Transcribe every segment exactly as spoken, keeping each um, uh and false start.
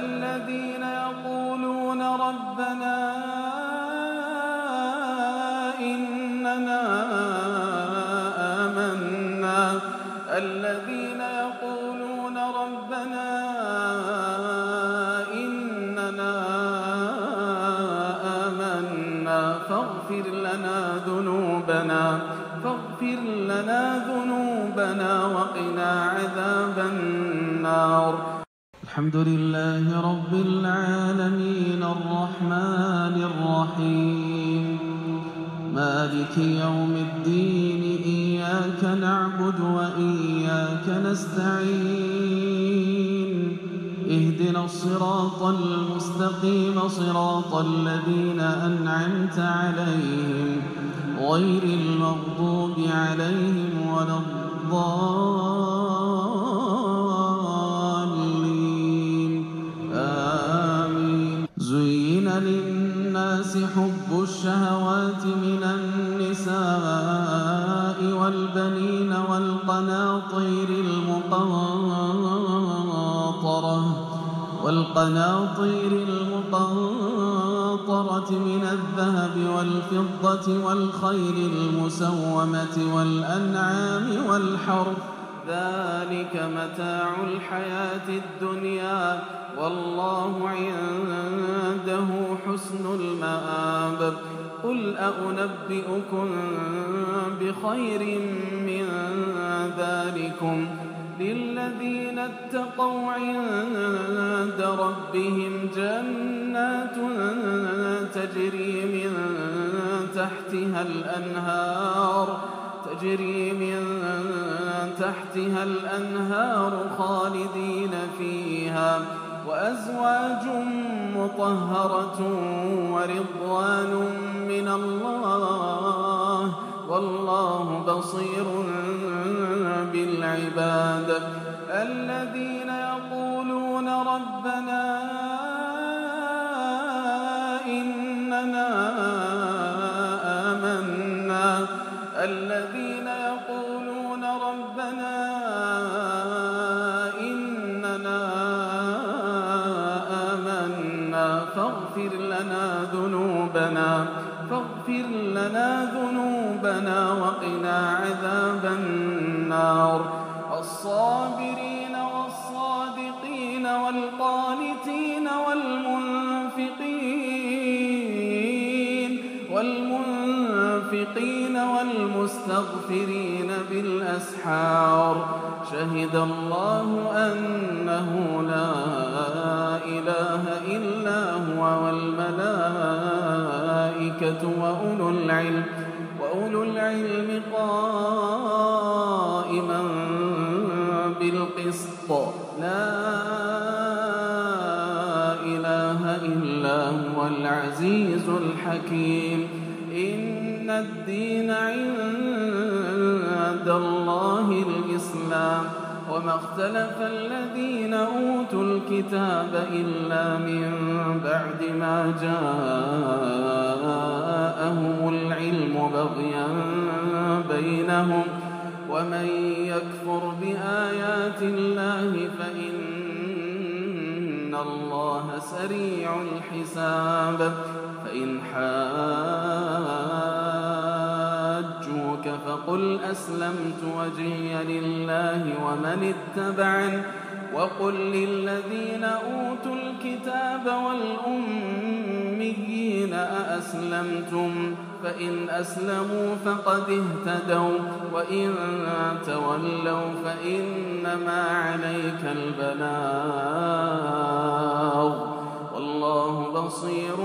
الذين يقولون ربنا إننا آمنا الذين يقولون ربنا إننا آمنا فاغفر لنا ذنوبنا فاغفر لنا ذنوبنا وقنا عذاب النار. الحمد لله رب العالمين الرحمن الرحيم مالك يوم الدين إياك نعبد وإياك نستعين اهدنا الصراط المستقيم صراط الذين أنعمت عليهم غير المغضوب عليهم ولا الضالين آمين. زين للناس حب الشهوات من النساء والبنين والقناطير المقنطرة والقناطير المقنطرة من الذهب والفضة والخيل المسومة والأنعام والحرث ذلك متاع الحياة الدنيا والله عنده حسن المآب. قل أنبئكم بخير من ذلكم للذين اتقوا عند ربهم جنات تجري من تحتها الأنهار تجري من تحتها الأنهار خالدين فيها وأزواج مطهرة ورضوان من الله والله بصير بالعباد. الذين يقولون ربنا إننا آمنا الذين يقولون ربنا إننا آمنا فاغفر لنا ذنوبنا فاغفر لنا ذنوبنا وقنا عذاب النار. الصابرين والصادقين والقانتين والمنفقين والمنفقين والمستغفرين بالأسحار شهد الله أنه لا إله إلا هو والملائكة وأولو العلم وأولو العلم قائما بالقسط لا إله إلا هو العزيز الحكيم. إن الدين عند الله الإسلام وما اختلف الذين أوتوا الكتاب إلا من بعد ما جاءهم العلم بغيا بينهم ومن يكفر بآيات الله فإن الله سريع الحساب. فإن حاجوك فقل أسلمت وجهي لله ومن اتبعني وقل للذين أوتوا الكتاب والأميين أأسلمتم فإن أسلموا فقد اهتدوا وإن تولوا فإنما عليك البلاغ والله بصير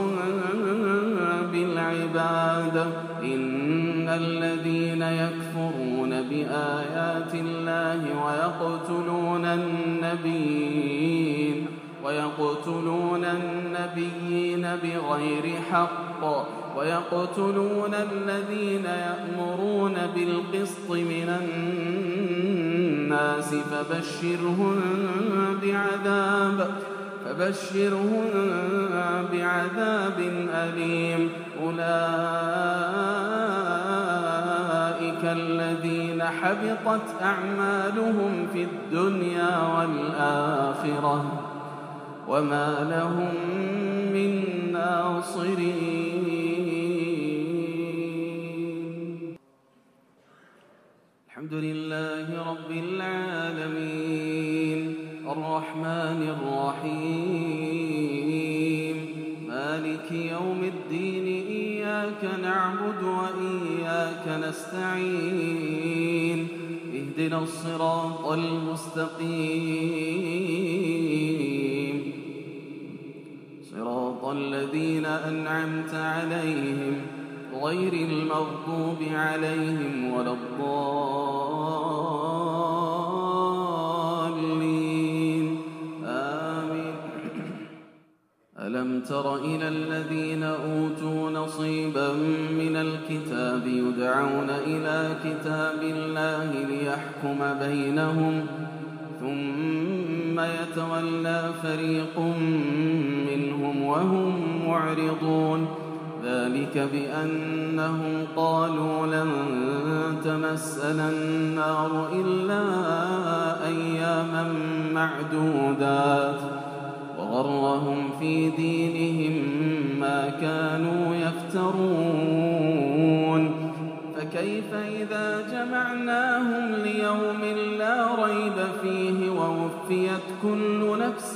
بالعباد. إن الذين يكفرون بآيات الله ويقتلون النبيين ويقتلون النبيين بغير حق ويقتلون الذين يأمرون بالقسط من الناس فبشرهم بعذاب فبشرهم بعذاب أليم. أولئك الذين حبطت أعمالهم في الدنيا والآخرة وما لهم من ناصرين. الحمد لله رب العالمين الرحمن الرحيم مالك يوم الدين إياك نعبد وإياك نستعين اهدنا الصراط المستقيم صراط الذين أنعمت عليهم غير المغضوب عليهم ولا الضالين آمين. ألم تر إلى الذين أوتوا نصيبا من الكتاب يدعون إلى كتاب الله ليحكم بينهم ثم يتولى فريق منهم وهم معرضون ذلك بأنهم قالوا لن تمسنا النار إلا أياما معدودات وغرهم في دينهم ما كانوا يفترون فكيف إذا جمعناهم ليوم لا ريب فيه ووفيت كل نفس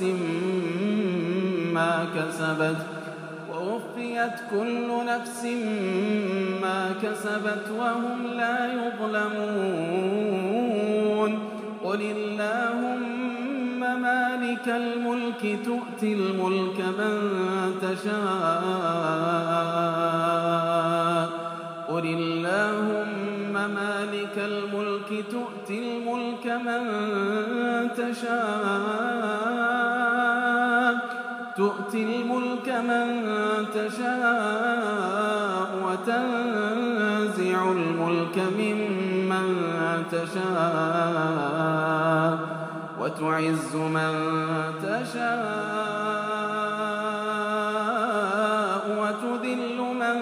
ما كسبت ووفيت كل نفس ما كسبت وهم لا يظلمون قل اللهم مالك الملك تؤتي الملك من تشاء قل اللهم مالك الملك تؤتي الملك من تشاء تؤتي الملك من تشاء وتنزع الملك ممن تشاء وتعز من تشاء وتذل من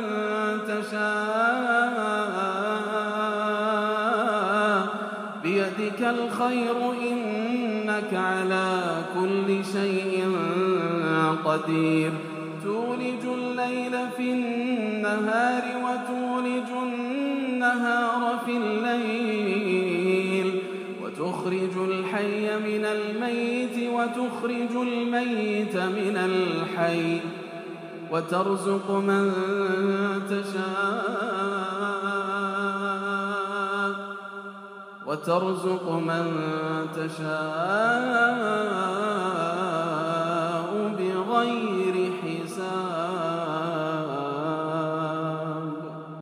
تشاء بيدك الخير إنك على كل شيء قدير تولج الليل في النهار وتولج النهار في الليل وتخرج الحي من الميت وتخرج الميت من الحي وترزق من تشاء وترزق من تشاء بغير